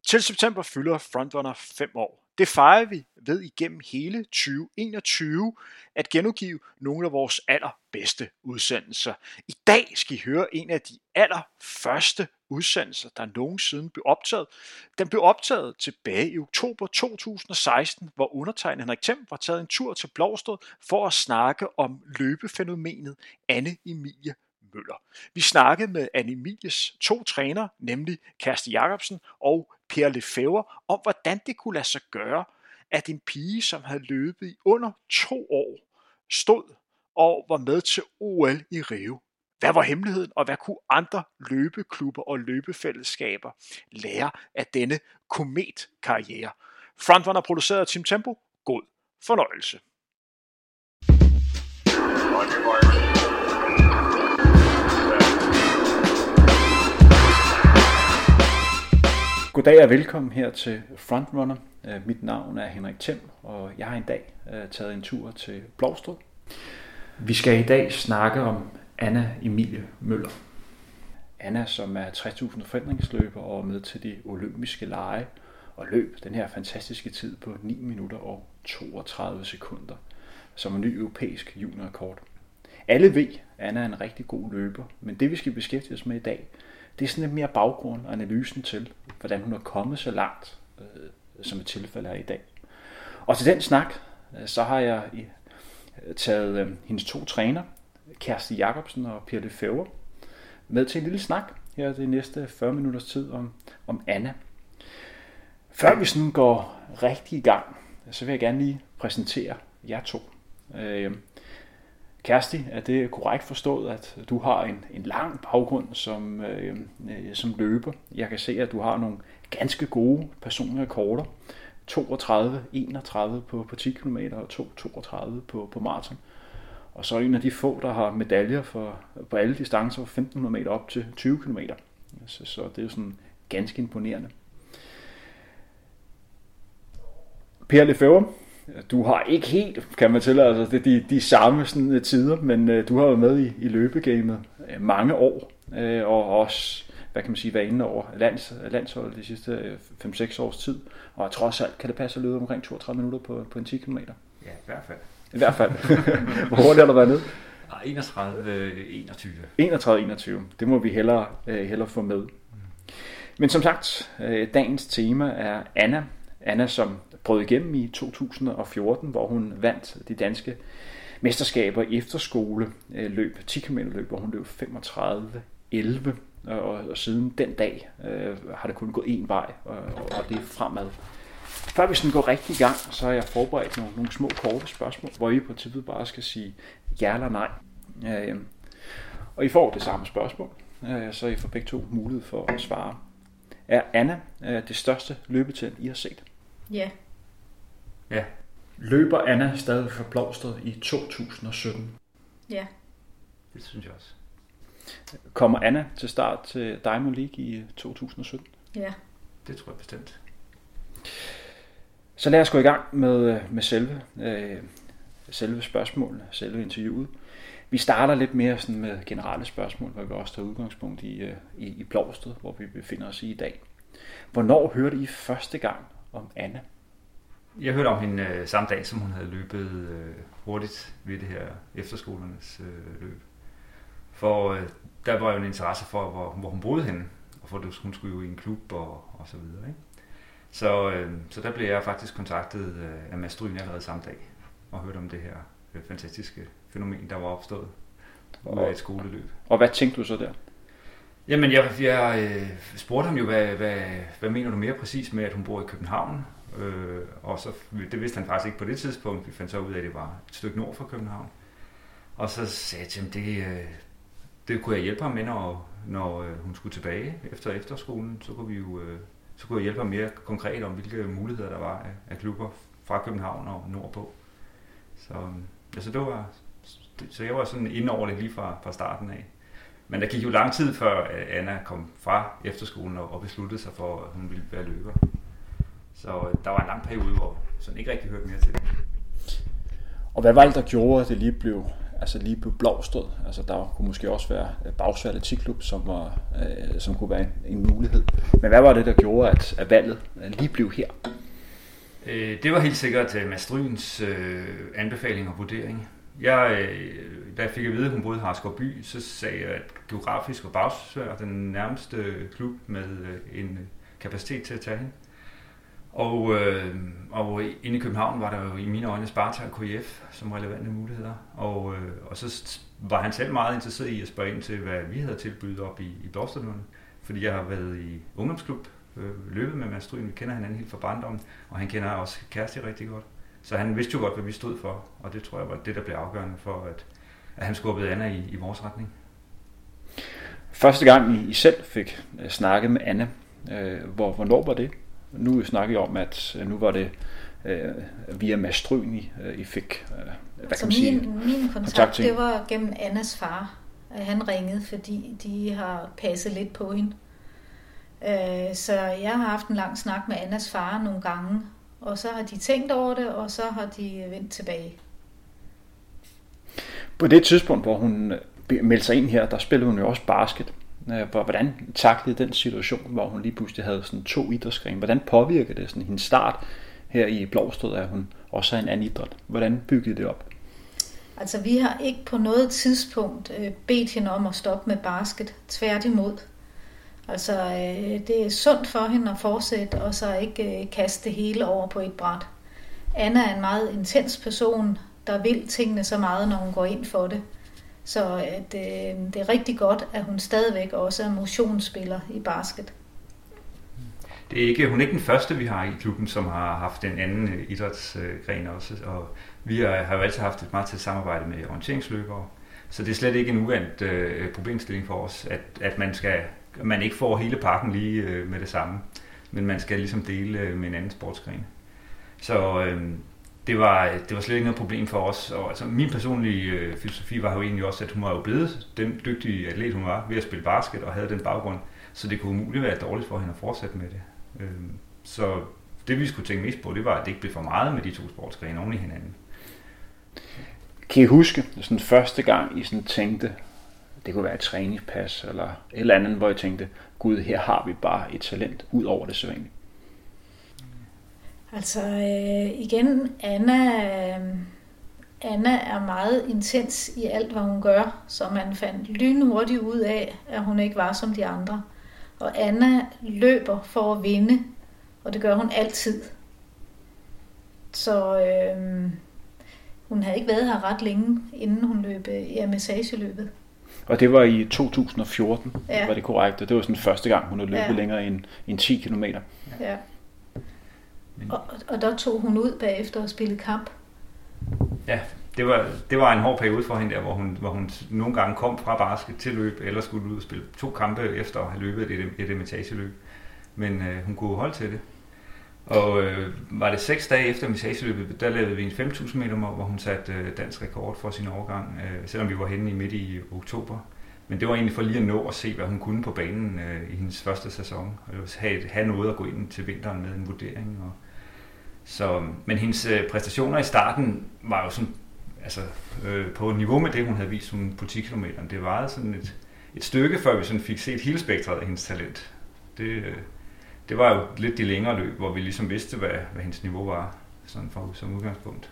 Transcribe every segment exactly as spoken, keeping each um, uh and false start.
Til september fylder Frontrunner fem år. Det fejrer vi ved igennem hele tyve enogtyve at genudgive nogle af vores allerbedste udsendelser. I dag skal I høre en af de allerførste udsendelser, der nogensinde blev optaget. Den blev optaget tilbage i oktober to tusind og seksten, hvor undertegnet Henrik Thiem var taget en tur til Blovstrød for at snakke om løbefænomenet Anne Emilie Møller. Vi snakkede med Anne Emilies to trænere, nemlig Kersti Jacobsen og Per Lefebvre, om hvordan det kunne lade sig gøre, at en pige, som havde løbet i under to år, stod og var med til O L i Rio. Hvad var hemmeligheden, og hvad kunne andre løbeklubber og løbefællesskaber lære af denne kometkarriere? Frontrunner produceret af Team Tempo. God fornøjelse. Goddag og velkommen her til Frontrunner. Mit navn er Henrik Thiem, og jeg har en dag taget en tur til Blovstrød. Vi skal i dag snakke om Anne Emilie Møller. Anna, som er tres tusind forhindringsløber og er med til de olympiske lege og løb den her fantastiske tid på ni minutter og toogtredive sekunder, som en ny europæisk juniorrekord. Alle ved, at Anna er en rigtig god løber, men det vi skal beskæftige os med i dag, det er sådan lidt mere baggrund og analysen til, hvordan hun er kommet så langt, øh, som et tilfælde er i dag. Og til den snak, øh, så har jeg i, øh, taget øh, hendes to træner, Kersti Jacobsen og Per Lefebvre, med til en lille snak her de næste fyrre minutters tid om, om Anna. Før vi sådan går rigtig i gang, så vil jeg gerne lige præsentere jer to. Øh, Kersti, er det korrekt forstået, at du har en, en lang baggrund som, øh, som løber? Jeg kan se, at du har nogle ganske gode personlige rekorder. toogtredive enogtredive på, på ti kilometer og to toogtredive på, på maraton. Og så er en af de få, der har medaljer for, på alle distancer fra femten hundrede meter op til tyve kilometer. Så, så det er jo sådan ganske imponerende. Per Lefebvre, du har ikke helt, kan man tillade, altså det er de, de samme sådan, tider, men uh, du har været med i, i løbegamet uh, mange år, uh, og også, hvad kan man sige, været inde over lands, landsholdet de sidste fem seks års tid, og trods alt kan det passe at løbe omkring toogtredive minutter på, på en ti kilometer. Ja, i hvert fald. I hvert fald. Hvor hurtigt har du været nede? enogtredive enogtyve. enogtredive enogtyve, det må vi hellere, uh, hellere få med. Mm. Men som sagt, uh, dagens tema er Anna. Anna, som brød igennem i to tusind og fjorten, hvor hun vandt de danske mesterskaber i efterskole løb, ti kilometer løb, hvor hun løb femogtredive elleve, og, og siden den dag øh, har det kun gået én vej, og, og det er fremad. Før vi sådan går rigtig i gang, så har jeg forberedt nogle, nogle små korte spørgsmål, hvor I på tippet bare skal sige ja eller nej. Øh, og I får det samme spørgsmål, øh, så I får begge to mulighed for at svare. Er Anna øh, det største løbetal, I har set? Ja. Ja. Løber Anna stadig for Blovstrød i to tusind og sytten? Ja. Det synes jeg også. Kommer Anna til start til Diamond League i to tusind og sytten? Ja. Det tror jeg bestemt. Så lad os gå i gang med, med selve, øh, selve spørgsmålene, selve interviewet. Vi starter lidt mere sådan med generelle spørgsmål, hvor vi også tager udgangspunkt i, i, i Blovstrød, hvor vi befinder os i i dag. Hvornår hørte I første gang om Anna? Jeg hørte om hende øh, samme dag, som hun havde løbet øh, hurtigt ved det her efterskolernes øh, løb. For øh, der var jo en interesse for, hvor, hvor hun boede henne, og for hun skulle jo i en klub og, og så videre. Ikke? Så, øh, så der blev jeg faktisk kontaktet øh, af Mads Stryn allerede samme dag, og hørte om det her øh, fantastiske fænomen, der var opstået ud af et skoleløb. Og hvad tænkte du så der? Jamen, jeg, jeg øh, spurgte ham jo, hvad, hvad, hvad mener du mere præcis med, at hun bor i København? Øh, og så, det vidste han faktisk ikke på det tidspunkt. Vi fandt så ud af, at det var et stykke nord for København. Og så sagde jeg til ham, det, øh, det kunne jeg hjælpe ham med, når, når øh, hun skulle tilbage efter efterskolen. Så kunne, vi jo, øh, så kunne jeg hjælpe ham mere konkret om, hvilke muligheder der var af, af klubber fra København og nordpå. Så, altså, det var, så jeg var sådan inde over det lige fra, fra starten af. Men der gik jo lang tid før Anna kom fra efterskolen og besluttede sig for, at hun ville være løber. Så der var en lang periode, hvor sådan ikke rigtig hørte mere til det. Og hvad var det, der gjorde, at det lige blev altså lige blev blomstret? Altså der kunne måske også være Bagsværd Atletikklub, som, var, øh, som kunne være en, en mulighed. Men hvad var det, der gjorde, at, at valget lige blev her? Øh, det var helt sikkert Mads Strygens øh, anbefaling og vurdering. Jeg, øh, da jeg fik at vide, at hun boede i Harskovby, så sagde jeg, at geografisk var Bagsværd den nærmeste klub med øh, en kapacitet til at tage hende. Og, øh, og inde i København var der jo i mine øjne Sparta og K F som relevante muligheder. Og, øh, og så var han selv meget interesseret i at spørge ind til, hvad vi havde tilbudt op i, i Blåstadlund. Fordi jeg har været i ungdomsklub, øh, løbet med Mads Stryen, vi kender hinanden helt fra barndommen, og han kender også Kersti rigtig godt. Så han vidste jo godt, hvad vi stod for, og det tror jeg var det, der blev afgørende for, at, at han skubbede Anna i, i vores retning. Første gang I selv fik snakket med Anna, øh, hvor, hvornår var det? Nu snakker jeg om, at nu var det øh, via Mads Stryen, I, I fik øh, hvad altså kan man sige, min, min kontakt, kontakt det var gennem Annas far. Han ringede, fordi de har passet lidt på hende. Øh, så jeg har haft en lang snak med Annas far nogle gange, og så har de tænkt over det, og så har de vendt tilbage. På det tidspunkt, hvor hun meldte sig ind her, der spillede hun jo også basket. Hvordan taklede den situation, hvor hun lige pludselig havde sådan to idrætsgrene? Hvordan påvirkede det sådan hendes start her i Blåstad, at hun også har en anden idræt? Hvordan byggede det op? Altså vi har ikke på noget tidspunkt bedt hende om at stoppe med basket. Tværtimod. Altså det er sundt for hende at fortsætte, og så ikke kaste det hele over på et bræt. Anna er en meget intens person, der vil tingene så meget, når hun går ind for det. Så at, øh, det er rigtig godt, at hun stadigvæk også er motionsspiller i basket. Det er ikke, hun er ikke den første, vi har i klubben, som har haft en anden idrætsgren også. Og vi har, har jo altid haft et meget tæt samarbejde med orienteringsløbere. Så det er slet ikke en uvandt øh, problemstilling for os, at, at man, skal, man ikke får hele pakken lige øh, med det samme. Men man skal ligesom dele øh, med en anden sportsgren. Så øh, Det var, det var slet ikke noget problem for os. Og altså, min personlige øh, filosofi var jo egentlig også, at hun var jo blevet den dygtige atlet, hun var ved at spille basket og havde den baggrund. Så det kunne umuligt være dårligt for hende at fortsætte med det. Øh, så det vi skulle tænke mest på, det var, at det ikke blev for meget med de to sportsgrene oven i hinanden. Kan I huske sådan første gang, I sådan tænkte, det kunne være et træningspas eller et eller andet, hvor I tænkte, gud, her har vi bare et talent ud over det sædvanlige? Altså øh, igen, Anna, øh, Anna er meget intens i alt, hvad hun gør, så man fandt lynhurtigt ud af, at hun ikke var som de andre. Og Anna løber for at vinde, og det gør hun altid. Så øh, hun havde ikke været her ret længe, inden hun løb i massageløbet. Og det var i to tusind og fjorten, ja. Var det korrekt? Og det var sådan første gang, hun havde løbet ja. længere end, end ti kilometer. Ja. Og, og der tog hun ud bagefter og spillede kamp. Ja, det var, det var en hård periode for hende der, hvor hun, hvor hun nogle gange kom fra basket til løb, eller skulle ud og spille to kampe efter at have løbet et, et emageløb. Men øh, hun kunne holde til det. Og øh, var det seks dage efter emageløbet, der lavede vi en fem tusind meter, hvor hun satte øh, dansk rekord for sin overgang, øh, selvom vi var henne i midt i oktober. Men det var egentlig for lige at nå at se, hvad hun kunne på banen øh, i hendes første sæson. Og have, have noget at gå ind til vinteren med en vurdering. Og så, men hendes øh, præstationer i starten var jo sådan, altså, øh, på niveau med det, hun havde vist på ti kilometer. Det var sådan et, et stykke, før vi sådan fik set hele spektret af hendes talent. Det, øh, det var jo lidt de længere løb, hvor vi ligesom vidste, hvad, hvad hendes niveau var sådan for, som udgangspunkt.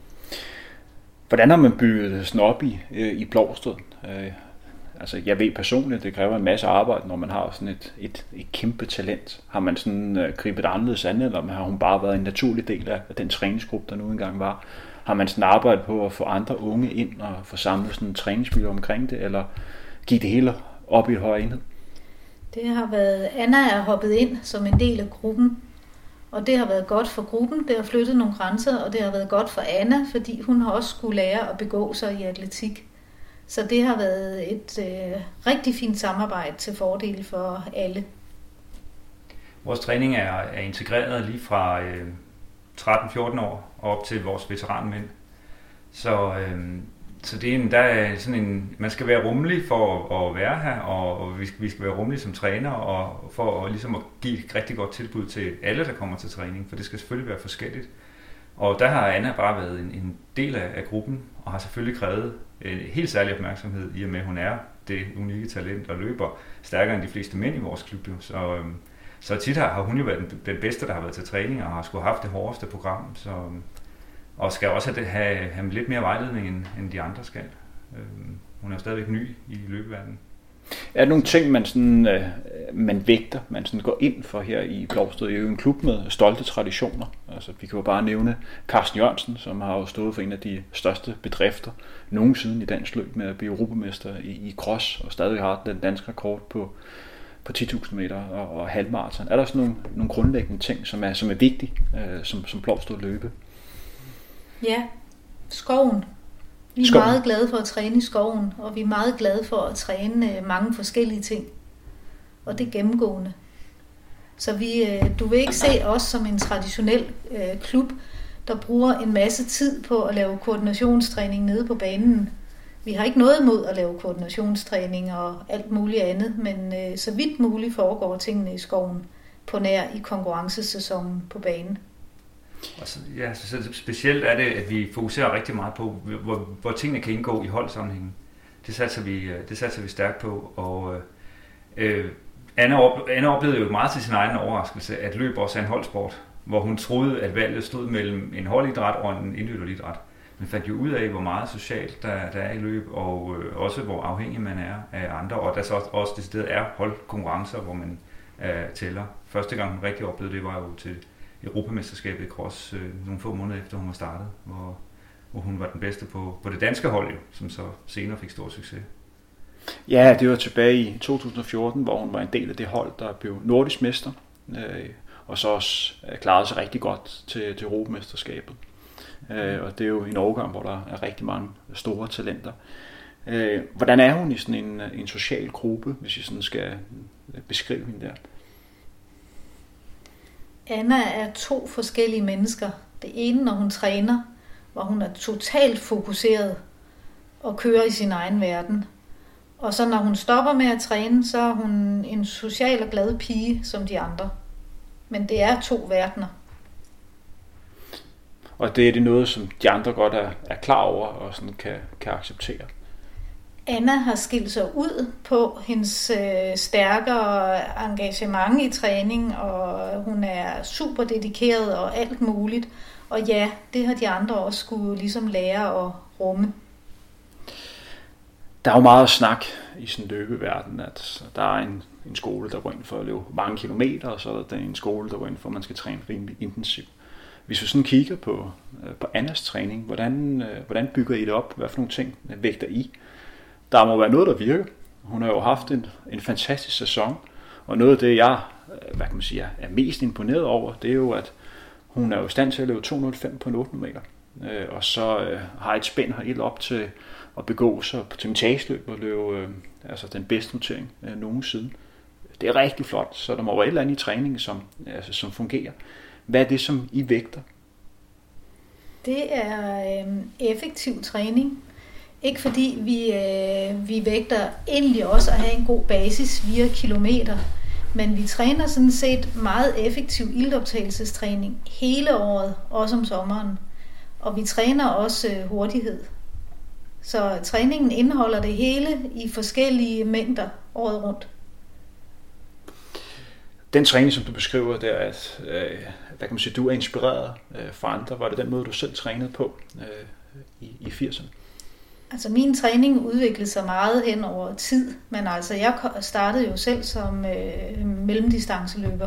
Hvordan har man bygget det sådan op i, i Blåstad? Øh, altså, jeg ved personligt, at det kræver en masse arbejde, når man har sådan et, et, et kæmpe talent. Har man sådan uh, gribet anderledes an, eller har hun bare været en naturlig del af, af den træningsgruppe, der nu engang var? Har man sådan arbejdet på at få andre unge ind og få samlet sådan en træningsmiljø omkring det, eller gik det hele op i et højere enhed? Det har været, Anna er hoppet ind som en del af gruppen, og det har været godt for gruppen, det har flyttet nogle grænser, og det har været godt for Anna, fordi hun har også skulle lære at begå sig i atletik. Så det har været et øh, rigtig fint samarbejde til fordel for alle. Vores træning er, er integreret lige fra øh, tretten fjorten år og op til vores veteranmænd. Så, øh, så det er en, der er sådan en, man skal være rummelig for at, at være her, og, og vi, skal, vi skal være rummelige som træner, og for at, ligesom at give et rigtig godt tilbud til alle, der kommer til træning, for det skal selvfølgelig være forskelligt. Og der har Anna bare været en, en del af, af gruppen, og har selvfølgelig krævet en helt særlig opmærksomhed, i og med at hun er det unikke talent og løber stærkere end de fleste mænd i vores klub. Så, øhm, så tit har, har hun jo været den, den bedste, der har været til træning, og har skulle have haft det hårdeste program. Så, og skal også have, have, have lidt mere vejledning, end, end de andre skal. Øhm, hun er jo stadigvæk ny i løbeverdenen. Er der nogle ting, man, sådan, øh, man vægter, man sådan går ind for her i Blovstrød? Det er jo en klub med stolte traditioner. Altså, vi kan jo bare nævne Carsten Jørgensen, som har jo stået for en af de største bedrifter nogensinde i dansk løb med at blive europamester i, i cross, og stadig har den danske rekord på, på ti tusind meter og, og halvmarathon. Er der sådan nogle, nogle grundlæggende ting, som er, som er vigtige øh, som, som Blovstrød løbe? Ja, skoven. Vi er skoven. meget glade for at træne i skoven, og vi er meget glade for at træne mange forskellige ting. Og det er gennemgående. Så vi, du vil ikke se os som en traditionel øh, klub, der bruger en masse tid på at lave koordinationstræning nede på banen. Vi har ikke noget imod at lave koordinationstræning og alt muligt andet, men øh, så vidt muligt foregår tingene i skoven på nær i konkurrencesæsonen på banen. Og så, ja, så, så specielt er det, at vi fokuserer rigtig meget på, hvor, hvor tingene kan indgå i holdsammenhængen. Det satser vi, det satser vi stærkt på, og øh, Anna, op, Anna oplevede jo meget til sin egen overraskelse, at løb også er en holdsport, hvor hun troede, at valget stod mellem en holdidræt og en individuel idræt. Man fandt jo ud af, hvor meget socialt der, der er i løb, og øh, også hvor afhængig man er af andre, og der så også, også det sted er holdkonkurrencer, hvor man øh, tæller. Første gang hun rigtig oplevede det, var jo til Europamesterskabet i cross øh, nogle få måneder efter hun var startet, hvor, hvor hun var den bedste på, på det danske hold, jo, som så senere fik stor succes. Ja, det var tilbage i to tusind og fjorten, hvor hun var en del af det hold, der blev nordisk mester, øh, og så også øh, klarede sig rigtig godt til, til Europamesterskabet. Øh, og det er jo en årgang, hvor der er rigtig mange store talenter. Øh, hvordan er hun i sådan en, en social gruppe, hvis I sådan skal beskrive hende der? Anna er to forskellige mennesker. Det ene, når hun træner, hvor hun er totalt fokuseret og kører i sin egen verden. Og så når hun stopper med at træne, så er hun en social og glad pige som de andre. Men det er to verdener. Og det er det noget, som de andre godt er, er klar over og sådan kan, kan acceptere? Anna har skilt sig ud på hendes øh, stærkere engagement i træning, og hun er super dedikeret og alt muligt. Og ja, det har de andre også skulle ligesom lære at rumme. Der er jo meget snak i sådan en løbeverden, at der er en, en skole, der går ind for at løbe mange kilometer, og så er der en skole, der går ind for, at man skal træne rimelig intensivt. Hvis vi sådan kigger på, på Annas træning, hvordan, hvordan bygger I det op? Hvad for nogle ting vægter I? Der må være noget, der virker. Hun har jo haft en, en fantastisk sæson, og noget af det, jeg hvad kan man sige, er mest imponeret over, det er jo, at hun er jo i stand til at løbe to nul fem på en otte hundrede meter, og så øh, har et spænd helt op til at begå sig til etageløb og løbe øh, altså den bedste notering øh, nogensinde. Det er rigtig flot, så der må være et eller andet i træningen, som, altså, som fungerer. Hvad er det, som I vægter? Det er øh, effektiv træning. Ikke fordi vi, øh, vi vægter egentlig også at have en god basis via kilometer, men vi træner sådan set meget effektiv iltoptagelsestræning hele året, også om sommeren. Og vi træner også øh, hurtighed. Så træningen indeholder det hele i forskellige mængder året rundt. Den træning, som du beskriver, det er, at øh, hvad kan man sige, du er inspireret øh, fra andre. Var det den måde, du selv trænede på øh, i, i firserne? Altså min træning udviklede sig meget hen over tid, men altså jeg startede jo selv som øh, mellemdistanceløber.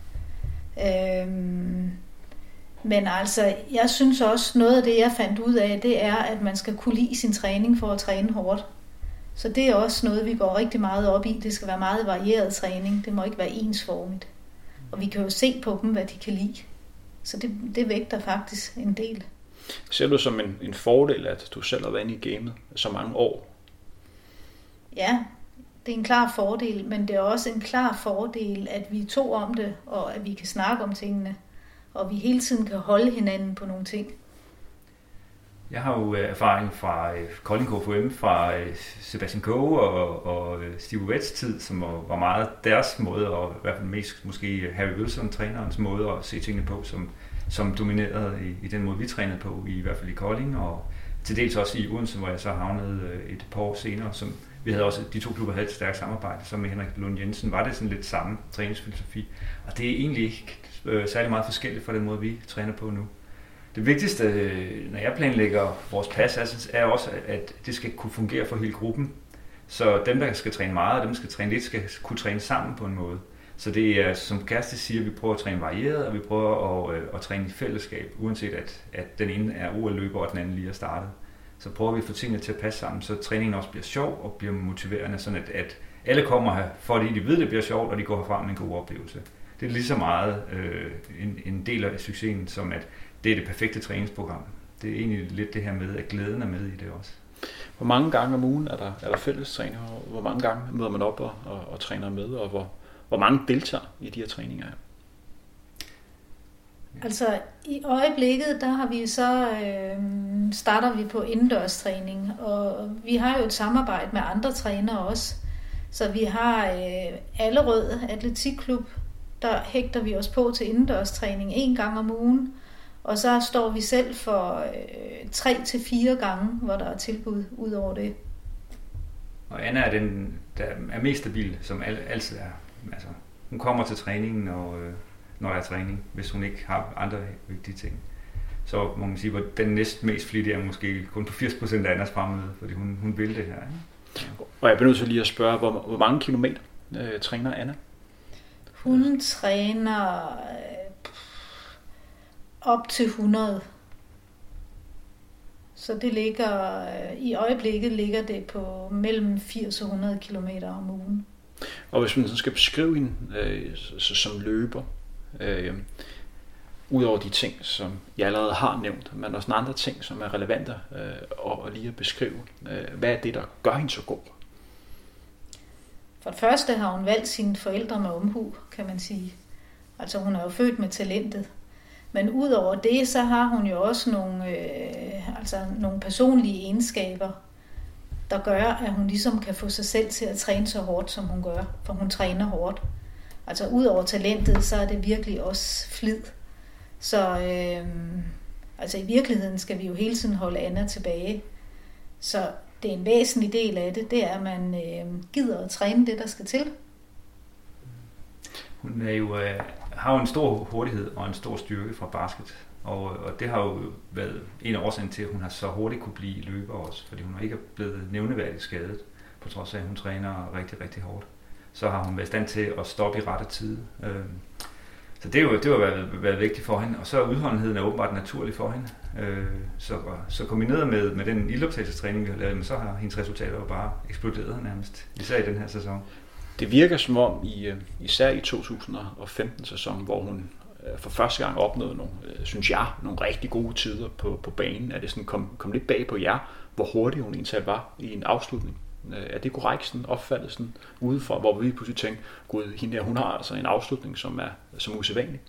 Øhm, men altså jeg synes også, noget af det jeg fandt ud af, det er, at man skal kunne lide sin træning for at træne hårdt. Så det er også noget, vi går rigtig meget op i. Det skal være meget varieret træning. Det må ikke være ensformigt. Og vi kan jo se på dem, hvad de kan lide. Så det, det vægter faktisk en del. Ser du som en, en fordel, at du selv har været inde i gamet så mange år? Ja, det er en klar fordel, men det er også en klar fordel, at vi er to om det, og at vi kan snakke om tingene, og vi hele tiden kan holde hinanden på nogle ting. Jeg har jo erfaring fra Kolding K F U M, fra Sebastian Coe og, og Steve Wets tid, som var meget deres måde, og i hvert fald mest måske Harry Wilson, trænerens måde at se tingene på, som, som dominerede i, i den måde, vi trænede på, i, i hvert fald i Kolding, og til dels også i Odense, hvor jeg så havnede et par år senere, som vi havde også, de to klubber havde et stærkt samarbejde, så med Henrik Lund Jensen var det sådan lidt samme træningsfilosofi, og det er egentlig ikke øh, særlig meget forskelligt fra den måde, vi træner på nu. Det vigtigste, når jeg planlægger vores pas, er også, at det skal kunne fungere for hele gruppen. Så dem, der skal træne meget, og dem, der skal træne lidt, skal kunne træne sammen på en måde. Så det er, som Kæreste siger, vi prøver at træne varieret, og vi prøver at, at træne i fællesskab, uanset at, at den ene er O L-løber, og den anden lige er startet. Så prøver vi at få tingene til at passe sammen, så træningen også bliver sjov og bliver motiverende, sådan at, at alle kommer her, fordi de ved, det bliver sjovt, og de går herfra med en god oplevelse. Det er lige så meget øh, en, en del af succesen, som at det er det perfekte træningsprogram. Det er egentlig lidt det her med, at glæden er med i det også. Hvor mange gange om ugen er der, er der fælles træning? Hvor mange gange møder man op og, og, og træner med? Og hvor, hvor mange deltager i de her træninger? Altså i øjeblikket, der har vi så øh, starter vi på indendørstræning, og vi har jo et samarbejde med andre trænere også. Så vi har øh, Allerød Atletikklub, der hægter vi os på til indendørstræning en gang om ugen. Og så står vi selv for øh, tre til fire gange, hvor der er tilbud ud over det. Og Anna er den, der er mest stabil, som altid er. Altså, hun kommer til træningen, og, øh, når der er træning, hvis hun ikke har andre vigtige ting. Så må man sige, at den næst mest flittige er måske kun på firs procent af Annas fremmøde, fordi hun, hun vil det her. Ikke? Og jeg bliver nødt til lige at spørge, hvor, hvor mange kilometer øh, træner Anna? Hun træner øh, op til hundrede. Så det ligger, øh, i øjeblikket ligger det på mellem firs og hundrede kilometer om ugen. Og hvis man skal beskrive hende øh, som løber, øh, udover de ting, som jeg allerede har nævnt, men også andre ting, som er relevante øh, og, og lige at beskrive, øh, hvad er det, der gør hende så god? For det første har hun valgt sine forældre med omhu, kan man sige. Altså hun er jo født med talentet. Men udover det, så har hun jo også nogle, øh, altså nogle personlige egenskaber, der gør, at hun ligesom kan få sig selv til at træne så hårdt, som hun gør, for hun træner hårdt. Altså udover talentet, så er det virkelig også flid. Så øh, altså i virkeligheden skal vi jo hele tiden holde Anna tilbage. Så det er en væsentlig del af det, det er, at man øh, gider at træne det, der skal til. Hun er jo, øh, har jo en stor hurtighed og en stor styrke fra basket. Og, og det har jo været en af årsagen til, at hun har så hurtigt kunne blive løber også. Fordi hun ikke er blevet nævneværdigt skadet, på trods af, at hun træner rigtig, rigtig hårdt. Så har hun været i stand til at stoppe i rette tid. Øh, Så det har jo det har været, været vigtigt for hende, og så er udholdenheden er åbenbart naturlig for hende. Øh, så, så kombineret med, med den ildoptagelsestræning, vi har lavet, så har hendes resultater jo bare eksploderet nærmest, især i den her sæson. Det virker som om, i, især i to tusind og femten-sæsonen, hvor hun for første gang opnåede nogle, synes jeg, nogle rigtig gode tider på, på banen, at det sådan kom, kom lidt bag på jer, hvor hurtigt hun egentlig var i en afslutning. Er det korrekt sådan opfattet sådan udefra, hvor vi pludselig tænkte, gud, hende der, hun har altså en afslutning, som er som usædvanlig?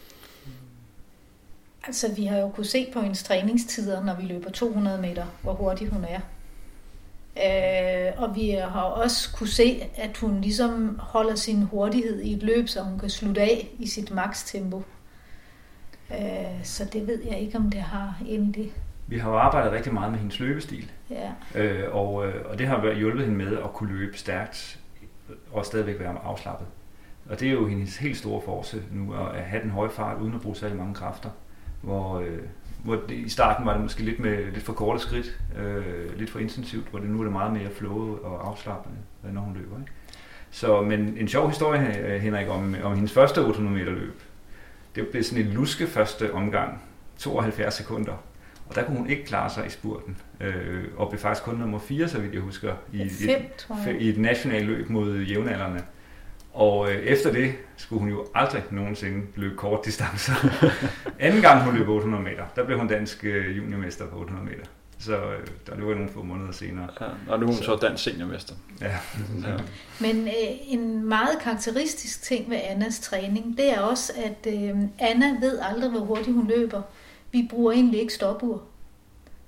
Altså, vi har jo kunne se på hendes træningstider, når vi løber to hundrede meter, hvor hurtig hun er. Øh, og vi har også kunne se, at hun ligesom holder sin hurtighed i et løb, så hun kan slutte af i sit makstempo. Øh, så det ved jeg ikke, om det har egentlig. Vi har jo arbejdet rigtig meget med hendes løbestil, ja. øh, og, og det har hjulpet hende med at kunne løbe stærkt og stadigvæk være afslappet. Og det er jo hendes helt store force nu, at have den høje fart uden at bruge særlig mange kræfter. Hvor, øh, hvor det, i starten var det måske lidt med lidt for korte skridt, øh, lidt for intensivt, hvor det nu er det meget mere flowet og afslappende, når hun løber. Ikke? Så, men en sjov historie, Henrik, om, om hendes første otte hundrede meter løb. Det blev sådan en luske første omgang, tooghalvfjerds sekunder. Og der kunne hun ikke klare sig i spurten, øh, og blev faktisk kun nummer fire, så vidt jeg husker, i et, et, i et nationalt løb mod jævnaldrende. Og øh, efter det skulle hun jo aldrig nogensinde løbe kort distancer. Anden gang hun løb otte hundrede meter, der blev hun dansk øh, juniormester på otte hundrede meter. Så øh, der løb nogle få måneder senere. Ja, og nu er hun så, så dansk seniormester. Ja. Ja. Men øh, en meget karakteristisk ting ved Annas træning, det er også, at øh, Anna ved aldrig, hvor hurtigt hun løber. Vi bruger egentlig ikke stopur.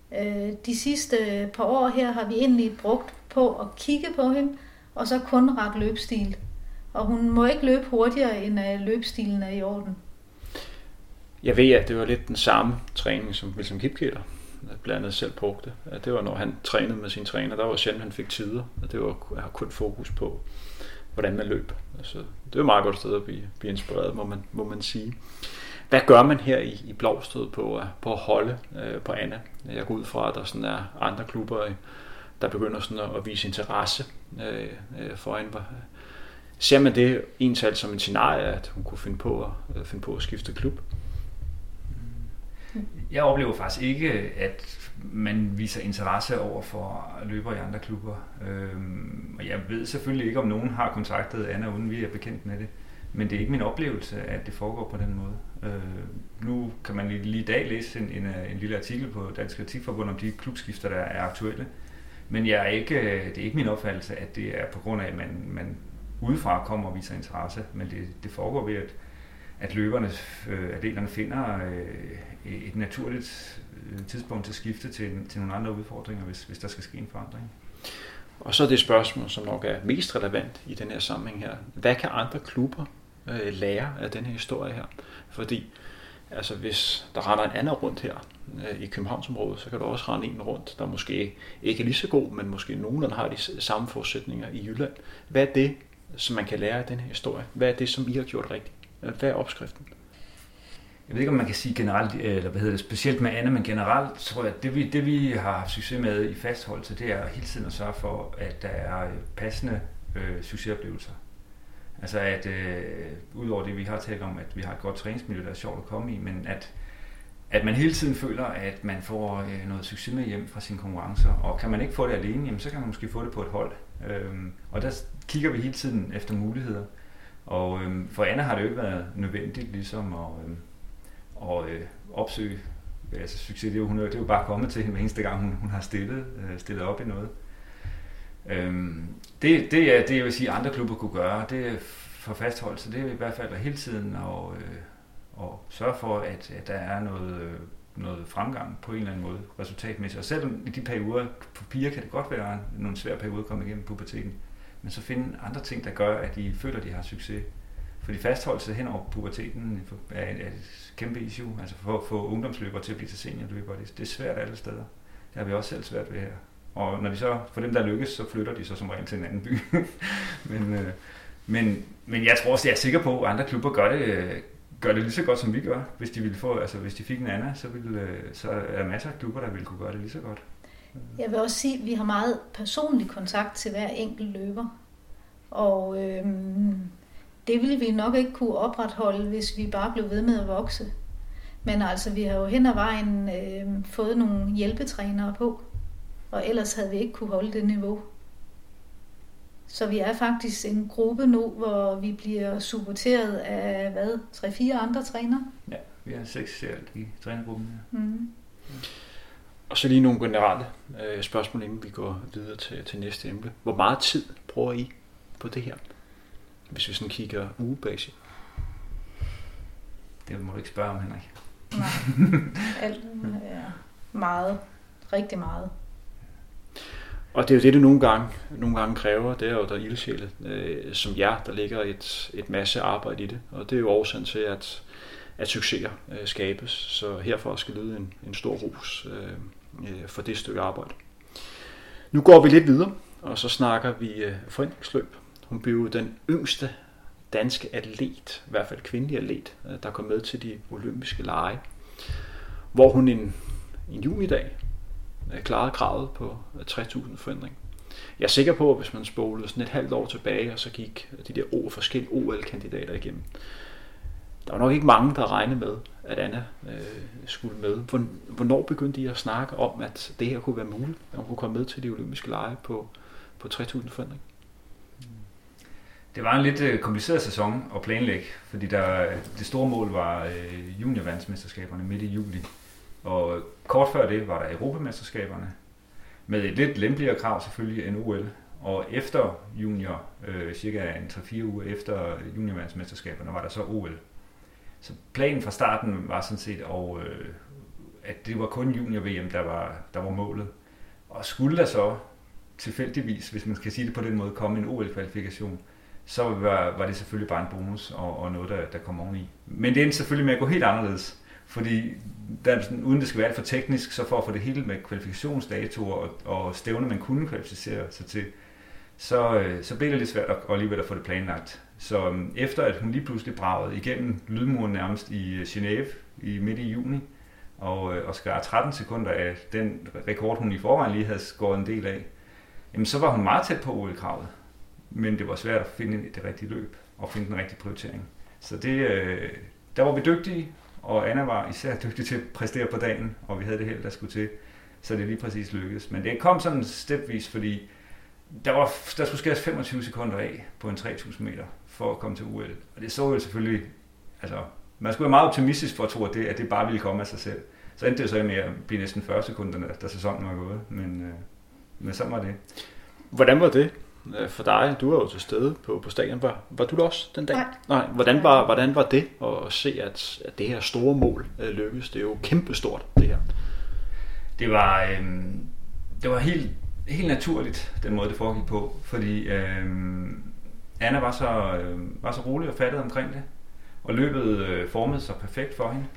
Øh, de sidste par år her har vi egentlig brugt på at kigge på hende, og så kun ret løbstil. Og hun må ikke løbe hurtigere, end at løbstilen er i orden. Jeg ved, at det var lidt den samme træning, som Wilson Kipketer blandt andet selv brugte. Det var, når han trænede med sine træner, der var sjældent, han fik tider, og det var kun fokus på, hvordan man løb. Altså, det var et meget godt sted at blive, blive inspireret, må man, må man sige. Hvad gør man her i, i Blovstrød på, på at holde øh, på Anna? Jeg går ud fra, at der sådan er andre klubber, der begynder sådan at, at vise interesse øh, for hende. Ser man det egentlig som en scenarie, at hun kunne finde på at, finde på at skifte klub? Jeg oplever faktisk ikke, at man viser interesse over for løbere i andre klubber. Øhm, og jeg ved selvfølgelig ikke, om nogen har kontaktet Anna, uden vi er bekendt med det. Men det er ikke min oplevelse, at det foregår på den måde. Øh, nu kan man lige i dag læse en, en, en lille artikel på Dansk Atletikforbund om de klubskifter, der er aktuelle. Men jeg er ikke, det er ikke min opfattelse, at det er på grund af, at man, man udefra kommer og viser interesse. Men det, det foregår ved, at, at løberne, øh, atleterne finder øh, et naturligt tidspunkt til at skifte til, til nogle andre udfordringer, hvis, hvis der skal ske en forandring. Og så er det spørgsmål, som nok er mest relevant i den her sammenhæng her. Hvad kan andre klubber øh, lære af den her historie her? Fordi altså, hvis der render en anden rundt her øh, i Københavnsområdet, så kan der også rende en rundt, der måske ikke er lige så god, men måske nogenlunde har de samme forudsætninger i Jylland. Hvad er det, som man kan lære af den her historie? Hvad er det, som I har gjort rigtigt? Hvad er opskriften? Jeg ved ikke, om man kan sige generelt, eller hvad hedder det, specielt med Anna, men generelt tror jeg, at det vi, det vi har haft succes med i fastholdelse, det er hele tiden at sørge for, at der er passende øh, succesoplevelser. Altså at, øh, udover det vi har talt om, at vi har et godt træningsmiljø, der er sjovt at komme i, men at, at man hele tiden føler, at man får øh, noget succes med hjem fra sine konkurrencer, og kan man ikke få det alene, jamen, så kan man måske få det på et hold. Øhm, og der kigger vi hele tiden efter muligheder. Og øhm, for Anna har det jo ikke været nødvendigt ligesom at øhm, og øh, opsøge altså succes. Det er, jo, hun er, det er jo bare kommet til hende hver eneste gang, hun, hun har stillet, øh, stillet op i noget. Øhm, det, det er det, jeg vil sige, andre klubber kunne gøre. Det er for fastholdelse. Det er i hvert fald hele tiden at, øh, at sørge for, at, at der er noget, øh, noget fremgang på en eller anden måde, resultatmæssigt. Og selvom i de perioder, for piger kan det godt være nogle svære perioder at komme igennem puberteten, men så finde andre ting, der gør, at de føler, at de har succes. Fordi fastholdelse hen over puberteten er et kæmpe issue, altså for at få ungdomsløbere til at blive til seniorløbere. Det er svært alle steder. Det har vi også selv svært ved her. Og når de så, for dem der lykkes, så flytter de så som regel til en anden by. men, øh, men, men jeg tror også, jeg er sikker på, at andre klubber gør det, gør det lige så godt, som vi gør. Hvis de ville få, altså hvis de fik en anden, så, ville, så er der masser af klubber, der ville kunne gøre det lige så godt. Jeg vil også sige, at vi har meget personlig kontakt til hver enkelt løber. Og øhm, det ville vi nok ikke kunne opretholde, hvis vi bare blev ved med at vokse. Men altså, vi har jo hen ad vejen øh, fået nogle hjælpetrænere på, og ellers havde vi ikke kunne holde det niveau. Så vi er faktisk en gruppe nu, hvor vi bliver supporteret af, hvad, tre-fire andre trænere? Ja, vi er seks alt i trænergruppen. Ja. Mm. Og så lige nogle generelle øh, spørgsmål, inden vi går videre til, til næste emne. Hvor meget tid bruger I på det her? Hvis vi sådan kigger ugebasis. Det må du ikke spørge om, Henrik. Nej, alt ja, meget, rigtig meget. Og det er jo det, det nogle gange, nogle gange kræver, det er jo der ildsjæle øh, som jer, der ligger et, et masse arbejde i det. Og det er jo årsagen til, at, at succeser øh, skabes. Så herfor skal lyde en, en stor ros øh, for det stykke arbejde. Nu går vi lidt videre, og så snakker vi øh, forhindringsløb. Hun blev den yngste danske atlet, i hvert fald kvindelig atlet, der kom med til de olympiske lege, hvor hun en, en junidag klarede kravet på tre tusind forhindring. Jeg er sikker på, at hvis man spolede sådan et halvt år tilbage, og så gik de der o, forskellige O L-kandidater igennem, der var nok ikke mange, der regnede med, at Anna øh, skulle med. Hvornår begyndte I at snakke om, at det her kunne være muligt, at hun kunne komme med til de olympiske lege på, på tre tusind forhindring? Det var en lidt kompliceret sæson at planlægge, fordi der, det store mål var øh, juniorverdensmesterskaberne midt i juli. Og kort før det var der Europamesterskaberne, med et lidt lempeligere krav selvfølgelig end O L. Og efter junior, øh, cirka en tre-fire uger efter juniorverdensmesterskaberne, var der så O L. Så planen fra starten var sådan set at, øh, at det var kun junior-V M, der var, der var målet. Og skulle der så tilfældigvis, hvis man skal sige det på den måde, komme en O L-kvalifikation, så var, var det selvfølgelig bare en bonus og, og noget, der, der kom oveni. Men det endte selvfølgelig med at gå helt anderledes, fordi der, sådan, uden det skal være alt for teknisk, så for at få det hele med kvalifikationsdatoer og, og stævne, man kunne kvalificere sig til, så, så blev det lidt svært at, alligevel at få det planlagt. Så um, efter at hun lige pludselig bragede igennem lydmuren nærmest i Genève i midt i juni, og, og skar tretten sekunder af den rekord, hun i forvejen lige havde skåret en del af, jamen så var hun meget tæt på O L-kravet. Men det var svært at finde det rigtige løb og finde den rigtige prioritering. Så det, øh, der var vi dygtige, og Anna var især dygtig til at præstere på dagen, og vi havde det held, der skulle til, så det lige præcis lykkedes. Men det kom sådan stepvis, fordi der, var, der skulle skæres femogtyve sekunder af på en tre tusind meter for at komme til O L. Og det så jo selvfølgelig, altså man skulle være meget optimistisk for at tro, at det, at det bare ville komme af sig selv. Så endte det så med at blive næsten fyrre sekunder, da sæsonen var gået, men, øh, men sådan var det. Hvordan var det for dig? Du var jo til stede på, på stadion. Var, var du der også den dag? Nej. Nej. Hvordan var, hvordan var det at se, at, at det her store mål øh, lykkedes? Det er jo kæmpestort, det her. Det var, øh, det var helt, helt naturligt, den måde, det foregik på. Fordi øh, Anna var så, øh, var så rolig og fattet omkring det. Og løbet øh, formede sig perfekt for hende.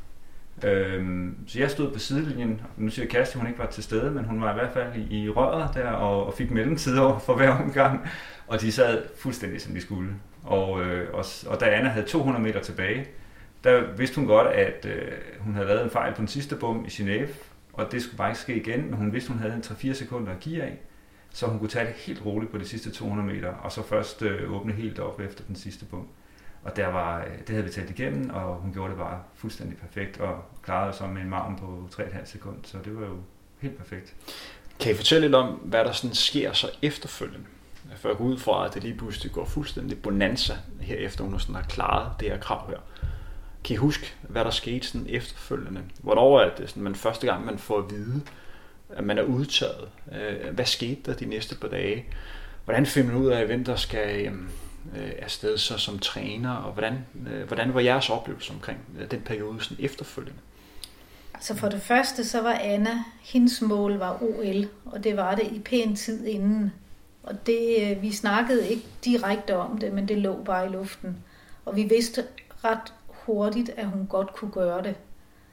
Øhm, så jeg stod på sidelinjen, nu siger Kæreste, hun ikke var til stede, men hun var i hvert fald i, i røret der og, og fik mellemtider for hver omgang, og de sad fuldstændig som de skulle. Og, øh, og, og da Anna havde to hundrede meter tilbage, der vidste hun godt, at øh, hun havde lavet en fejl på den sidste bom i Genève, og det skulle bare ikke ske igen, men hun vidste, hun havde en tre fire sekunder at give af, så hun kunne tage det helt roligt på de sidste to hundrede meter, og så først øh, åbne helt op efter den sidste bom. Og der var, det havde vi talt igennem, og hun gjorde det bare fuldstændig perfekt, og klarede sig med en margen på tre komma fem sekund, så det var jo helt perfekt. Kan I fortælle lidt om, hvad der sådan sker så efterfølgende? For jeg går ud fra, at det lige pludselig går fuldstændig bonanza herefter, hun sådan har klaret det her krav her. Kan I huske, hvad der skete sådan efterfølgende? Hvornår er det sådan, man første gang, man får at vide, at man er udtaget? Hvad skete der de næste par dage? Hvordan finder man ud af, hvem der skal afsted så som træner, og hvordan, hvordan var jeres oplevelse omkring den periode sådan efterfølgende? Altså for det første, så var Anna, hendes mål var O L, og det var det i pæn tid inden. Og det, vi snakkede ikke direkte om det, men det lå bare i luften. Og vi vidste ret hurtigt, at hun godt kunne gøre det.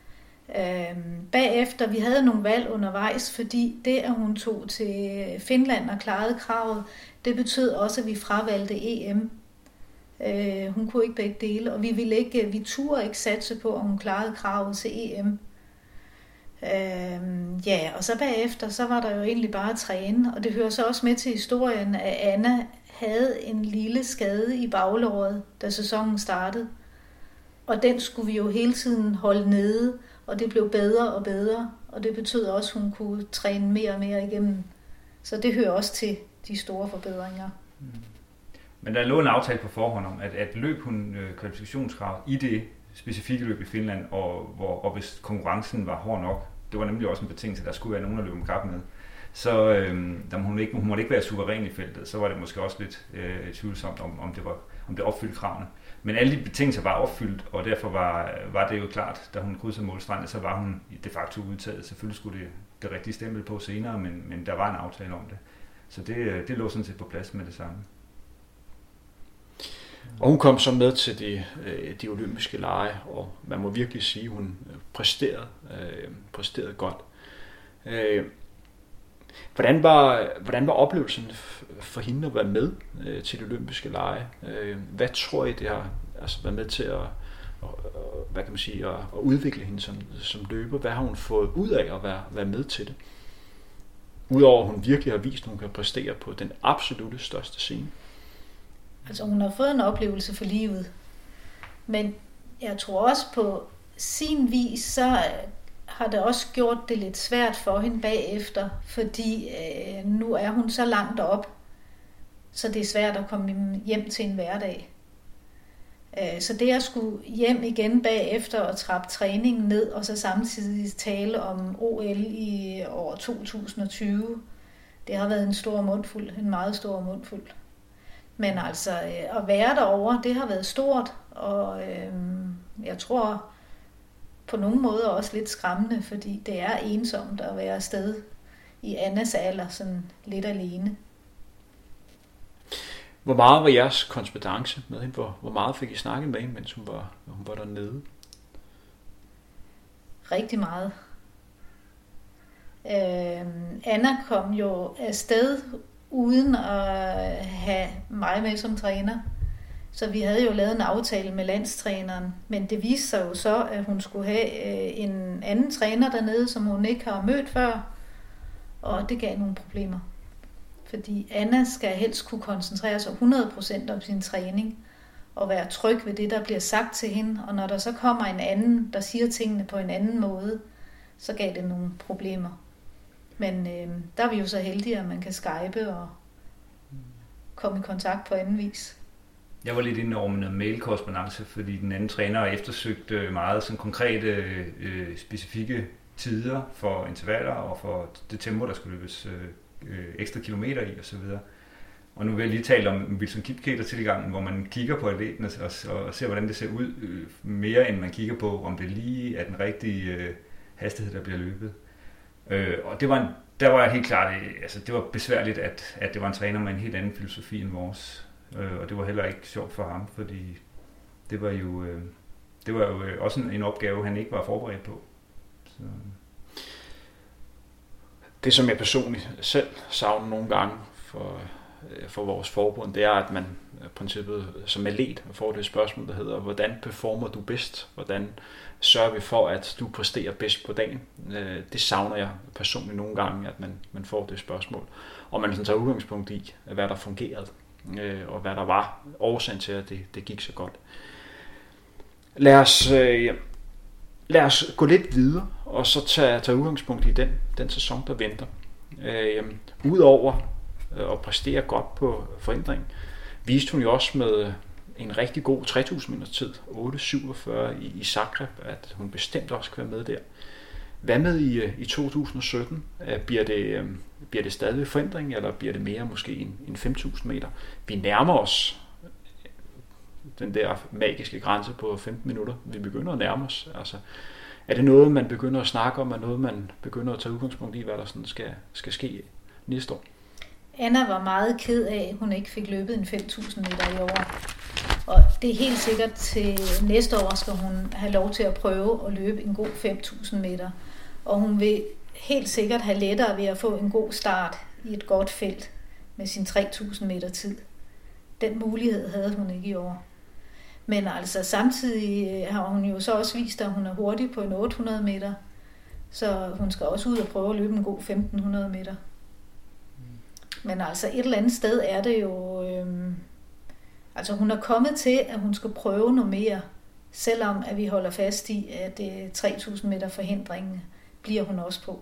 Øhm, bagefter, vi havde nogle valg undervejs, fordi det, at hun tog til Finland og klarede kravet, det betød også, at vi fravalgte E M. Øh, hun kunne ikke begge dele, og vi ville ikke, vi turde ikke satse på, at hun klarede kravet til E M. Øh, ja, og så bagefter, så var der jo egentlig bare at træne, og det hører så også med til historien, at Anna havde en lille skade i baglåret, da sæsonen startede. Og den skulle vi jo hele tiden holde nede, og det blev bedre og bedre, og det betød også, at hun kunne træne mere og mere igennem. Så det hører også til de store forbedringer. Mm. Men der lå en aftale på forhånd om, at, at løb hun øh, kvalifikationskrav i det specifikke løb i Finland, og, hvor, og hvis konkurrencen var hård nok, det var nemlig også en betingelse, der skulle være nogen, der løb om kap med, så øh, der må hun, ikke, hun måtte ikke være suveræn i feltet, så var det måske også lidt øh, tvivlsomt, om, om, det var, om det opfyldte kravene. Men alle de betingelser var opfyldt, og derfor var, var det jo klart, da hun krydsede målstregen, så var hun de facto udtaget. Selvfølgelig skulle det det rigtige stempel på senere, men, men der var en aftale om det. Så det, det lå sådan set på plads med det samme. Og hun kom så med til de, de olympiske lege, og man må virkelig sige, at hun præsterede, øh, præsterede godt. Øh, hvordan, var, hvordan var oplevelsen for hende at være med øh, til de olympiske lege? Øh, hvad tror I, det har altså, været med til at, og, og, hvad kan man sige, at, at udvikle hende som, som løber? Hvad har hun fået ud af at være, være med til det? Udover at hun virkelig har vist, at hun kan præstere på den absolutte største scene. Altså hun har fået en oplevelse for livet. Men jeg tror også på sin vis, så har det også gjort det lidt svært for hende bagefter, fordi øh, nu er hun så langt op, så det er svært at komme hjem til en hverdag. Øh, så det at skulle hjem igen bagefter og trappe træningen ned, og så samtidig tale om O L i år to tusind og tyve, det har været en stor mundfuld, en meget stor mundfuld. Men altså, at være derovre, det har været stort, og øh, jeg tror, på nogle måder også lidt skræmmende, fordi det er ensomt at være afsted i Annas alder, sådan lidt alene. Hvor meget var jeres korrespondance med hende? Hvor, hvor meget fik I snakket med hende, mens hun var, hun var dernede? Rigtig meget. Øh, Anna kom jo afsted uden at have mig med som træner. Så vi havde jo lavet en aftale med landstræneren, men det viste sig jo så, at hun skulle have en anden træner dernede, som hun ikke har mødt før, og det gav nogle problemer. Fordi Anna skal helst kunne koncentrere sig hundrede procent om sin træning, og være tryg ved det, der bliver sagt til hende, og når der så kommer en anden, der siger tingene på en anden måde, så gav det nogle problemer. Men øh, der er vi jo så heldige, at man kan skype og komme i kontakt på anden vis. Jeg var lidt inde over med noget mail-korrespondance, fordi den anden træner eftersøgte meget sådan konkrete, øh, specifikke tider for intervaller og for det tempo, der skulle løbes øh, ekstra kilometer i osv. Og nu vil jeg lige tale om Wilson Kipketer-tilgangen, hvor man kigger på atleten og, og, og ser, hvordan det ser ud, øh, mere end man kigger på, om det lige er den rigtige øh, hastighed, der bliver løbet. Øh, og det var en, der var helt klart, altså det var besværligt, at, at det var en træner med en helt anden filosofi end vores. Øh, og det var heller ikke sjovt for ham, fordi det var jo, øh, det var jo også en, en opgave, han ikke var forberedt på. Så. Det, som jeg personligt selv savner nogle gange for, for vores forbund, det er, at man i princippet som atlet får det spørgsmål, der hedder, hvordan performer du bedst? Hvordan sørger vi for, at du præsterer bedst på dagen? Det savner jeg personligt nogle gange, at man, man får det spørgsmål. Og man sådan tager udgangspunkt i, hvad der fungerede, og hvad der var årsagen til, at det, det gik så godt. Lad os, øh, lad os gå lidt videre, og så tage, tage udgangspunkt i den, den sæson, der venter. Øh, Udover at præstere godt på forhindring, viste hun jo også med en rigtig god tre tusind meters tid, otte syvogfyrre i, i Zagreb, at hun bestemt også kan være med der. Hvad med i, i to tusind sytten? Bliver det, bliver det stadig forhindring, eller bliver det mere måske en, en fem tusind meter? Vi nærmer os den der magiske grænse på femten minutter. Vi begynder at nærme os. Altså, er det noget, man begynder at snakke om, er noget, man begynder at tage udgangspunkt i, hvad der sådan skal, skal ske næste år? Anna var meget ked af, at hun ikke fik løbet en fem tusind meter i år. Og det er helt sikkert, til næste år skal hun have lov til at prøve at løbe en god fem tusind meter. Og hun vil helt sikkert have lettere ved at få en god start i et godt felt med sin tre tusind meter tid. Den mulighed havde hun ikke i år. Men altså samtidig har hun jo så også vist, at hun er hurtig på en otte hundrede meter. Så hun skal også ud og prøve at løbe en god femten hundrede meter. Men altså et eller andet sted er det jo... Øhm, altså hun er kommet til, at hun skal prøve noget mere, selvom at vi holder fast i, at øh, tre tusind meter forhindringen bliver hun også på.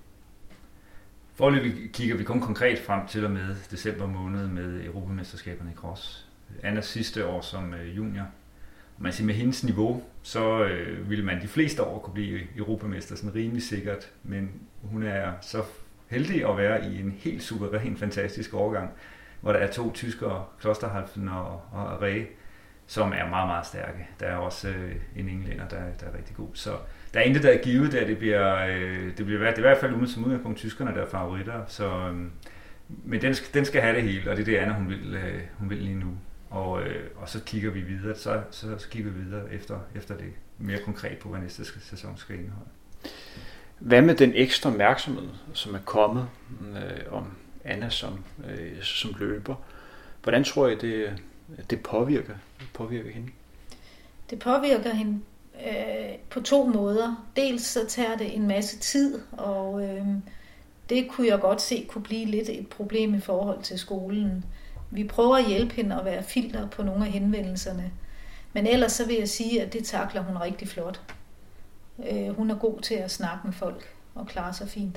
Foreløbig kigger vi kun konkret frem til og med december måned med Europamesterskaberne i cross. Annas sidste år som øh, junior. Man siger, med hendes niveau, så øh, ville man de fleste år kunne blive europamester, sådan rimelig sikkert, men hun er så heldig at være i en helt suveræn, fantastisk årgang, hvor der er to tyskere, Klosterhalfen og, og Ræ, som er meget, meget stærke. Der er også øh, en englænder, der, der er rigtig god. Så der er intet, der er givet der. Det bliver, øh, det bliver det er i hvert fald uden som udgangspunkt tyskerne, der er favoritter. Så, øh, men den, den skal have det hele, og det er det Anna, hun vil, øh, hun vil lige nu. Og, øh, og så kigger vi videre, så, så, så kigger vi videre efter, efter det mere konkret på, hvad næste sæson skal indeholde. Hvad med den ekstra opmærksomhed, som er kommet øh, om Anna som, øh, som løber? Hvordan tror I, det, det påvirker, påvirker hende? Det påvirker hende øh, på to måder. Dels så tager det en masse tid, og øh, det kunne jeg godt se kunne blive lidt et problem i forhold til skolen. Vi prøver at hjælpe hende at være filter på nogle af henvendelserne. Men ellers så vil jeg sige, at det takler hun rigtig flot. Øh, hun er god til at snakke med folk og klare sig fint.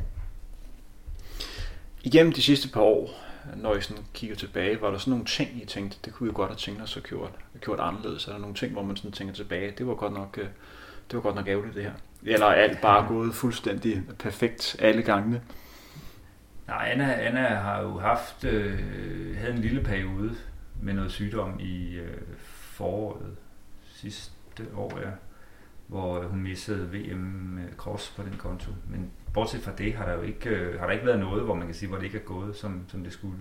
Igennem de sidste par år, når I sådan kigger tilbage, var der sådan nogle ting, I tænkte, det kunne vi godt have tænkt os at gjort, gjort anderledes? Er der nogle ting, hvor man sådan tænker tilbage, det var godt nok, det var godt nok ærgerligt det her? Eller er alt bare gået fuldstændig perfekt alle gangene? Nej, Anna, Anna har jo haft, øh, havde en lille periode med noget sygdom i øh, foråret sidste år, ja. hvor hun missede V M cross på den konto. Men bortset fra det har der jo ikke, har der ikke været noget, hvor man kan sige, hvor det ikke er gået, som, som det skulle.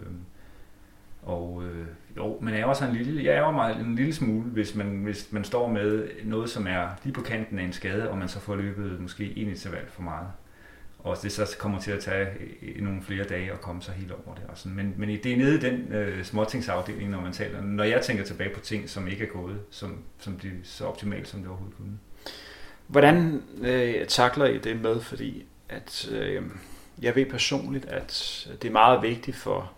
Og øh, jo, men jeg er også en lille, jeg er mig en lille smule, hvis man, hvis man står med noget, som er lige på kanten af en skade, og man så får løbet måske en interval for meget. Og det så kommer til at tage nogle flere dage at komme sig helt over det. Og sådan. Men, men det er nede i den øh, småtingsafdeling, når man taler. Når jeg tænker tilbage på ting, som ikke er gået, som, som det så optimalt, som det overhovedet kunne. Hvordan øh, takler I det med? Fordi at, øh, jeg ved personligt, at det er meget vigtigt for,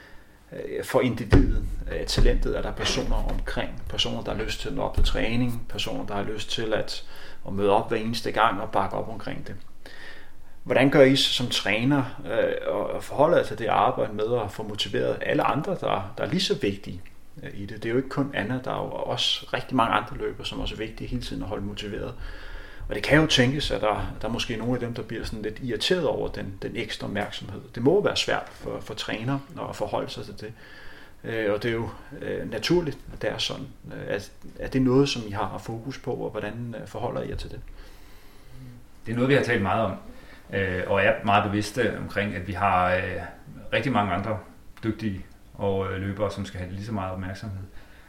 øh, for individet, øh, talentet, at der er personer omkring. Personer, der har lyst til at nå op til træning. Personer, der har lyst til at, at møde op hver eneste gang og bakke op omkring det. Hvordan gør I som træner øh, og forholder jer til det arbejde med at få motiveret alle andre, der, der er lige så vigtige øh, i det? Det er jo ikke kun Anna, der er jo også rigtig mange andre løbere, som også er vigtige hele tiden at holde motiveret. Og det kan jo tænkes, at der, der er måske nogle af dem, der bliver sådan lidt irriteret over den, den ekstra opmærksomhed. Det må være svært for, for træner at forholde sig til det. Øh, og det er jo øh, naturligt, at det er sådan. At, er det noget, som I har fokus på, og hvordan øh, forholder I jer til det? Det er noget, vi har talt meget om. Og jeg er meget bevidst omkring, at vi har øh, rigtig mange andre dygtige og øh, løbere, som skal have lige så meget opmærksomhed.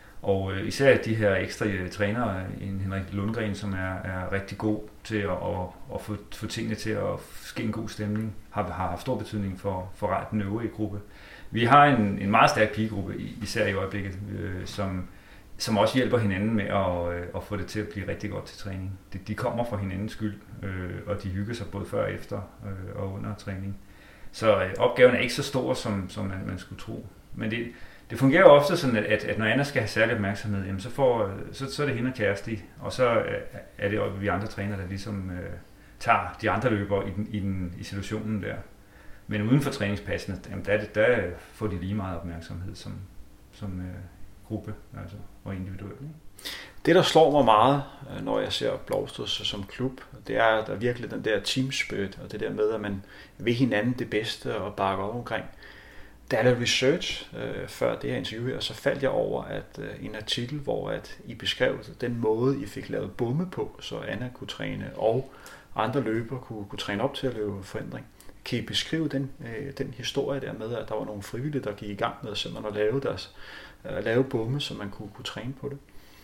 Og øh, især de her ekstra øh, trænere, en Henrik Lundgren, som er, er rigtig god til at, at, at få, få tingene til at ske en god stemning, har, har haft stor betydning for, for den øvrige gruppe. Vi har en, en meget stærk pigegruppe, især i øjeblikket, øh, som, som også hjælper hinanden med at, øh, at få det til at blive rigtig godt til træning. De, de kommer for hinandens skyld, øh, og de hygger sig både før og efter øh, og under træning. Så øh, opgaven er ikke så stor, som, som man, man skulle tro. Men det, det fungerer jo ofte sådan, at, at når Anna skal have særlig opmærksomhed, jamen så, får, så, så er det hende og Kjersti, og så er det jo vi andre trænere, der ligesom øh, tager de andre løbere i, den, i, den, i situationen der. Men uden for træningspassene, jamen der, der får de lige meget opmærksomhed som, som øh, gruppe altså, og individuelt. Det, der slår mig meget, når jeg ser Blovstrød som klub, det er, at der er virkelig den der team spirit, og det der med, at man vil hinanden det bedste og bakker op omkring. Da jeg lavede research øh, før det her interview her, så faldt jeg over at øh, en artikel, hvor at I beskrev den måde, I fik lavet bomme på, så Anna kunne træne, og andre løbere kunne, kunne træne op til at lave forandring. Kan I beskrive den, øh, den historie der med, at der var nogle frivillige, der gik i gang med simpelthen at lave, deres, at lave bomme, så man kunne, kunne træne på det?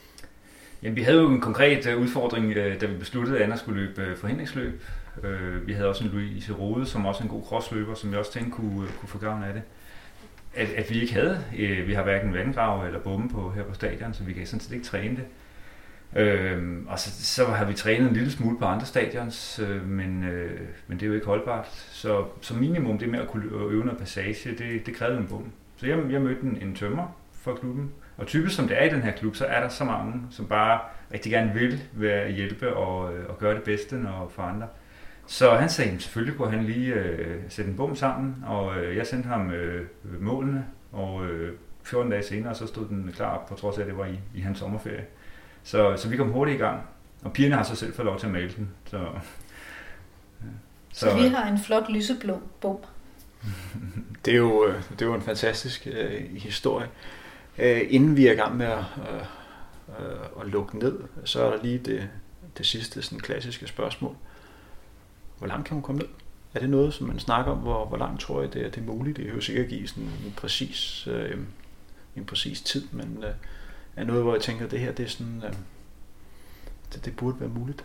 Jamen, vi havde jo en konkret udfordring, da vi besluttede, at Anna skulle løbe forhindringsløb. Vi havde også en Louise Rode, som også er en god crossløber, som jeg også tænkte kunne, kunne få gavn af det. At, at vi ikke havde. Vi har hverken vandgrav eller bomme på her på stadion, så vi kan sådan set ikke træne det. Øhm, og så, så har vi trænet en lille smule på andre stadions, øh, men, øh, men det er jo ikke holdbart. Så som minimum det med at kunne øve noget passage, det, det krævede en bom. Så jeg, jeg mødte en, en tømrer for klubben. Og typisk som det er i den her klub, så er der så mange, som bare rigtig gerne vil være hjælpe og, og gøre det bedste når for andre. Så han sagde, at selvfølgelig kunne han lige øh, sætte en bom sammen, og øh, jeg sendte ham øh, målene, og øh, fjorten dage senere så stod den klar, på trods af at det var i, i hans sommerferie. Så, så vi kom hurtigt i gang, og pigerne har så selv fået lov til at male den. Så, ja. så, så vi har en flot lyseblå bom. Det er jo, det er jo en fantastisk øh, historie. Øh, inden vi er i gang med at, øh, øh, at lukke ned, så er der lige det, det sidste sådan klassiske spørgsmål. Hvor langt kan hun komme ned? Er det noget, som man snakker om? Hvor, hvor langt tror jeg, det er, det er muligt? Det er jo sikkert give sådan en præcis, øh, en præcis tid, men øh, er noget, hvor jeg tænker, at det her det er sådan, øh, det, det burde være muligt.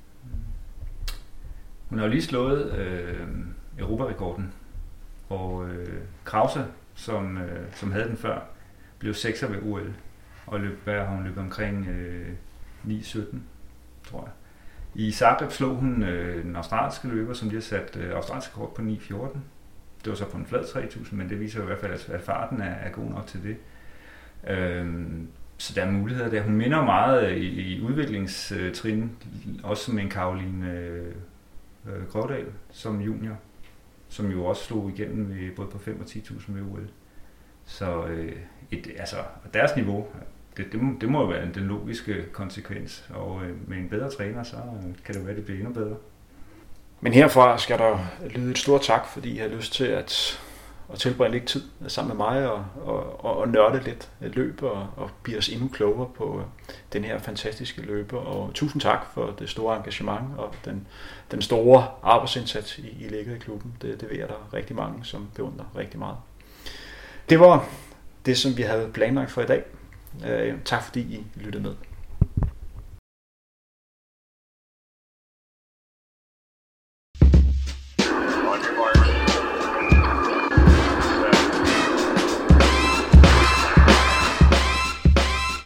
Hun har jo lige slået øh, Europarekorden, og øh, Krause, som, øh, som havde den før, blev sekser ved O L, og løb, hvad har hun løbet omkring øh, ni sytten, tror jeg. I Zagreb slog hun øh, den australske løber, som de har sat øh, australsk rekord på ni fjorten. Det var så på en flad tre tusind, men det viser jo i hvert fald, at farten er, er god nok til det. Øhm, så der er muligheder der. Hun minder meget i, i udviklingstrin, også med en Caroline øh, øh, Grådal som junior, som jo også slog igennem ved, både på fem og ti tusind ved O L. Så øh, et, altså, deres niveau, det, det, må, det må jo være den logiske konsekvens, og øh, med en bedre træner, så øh, kan det være, at det bliver endnu bedre. Men herfra skal der lyde et stort tak, fordi I har lyst til at, at tilbringe lidt tid sammen med mig og, og, og, og nørde lidt løb og, og blive os endnu klogere på den her fantastiske løber. Og tusind tak for det store engagement og den, den store arbejdsindsats, I, I lægger i klubben. Det, det ved jeg, der er rigtig mange, som beundrer rigtig meget. Det var det, som vi havde planlagt for i dag. Tak fordi I lyttede med.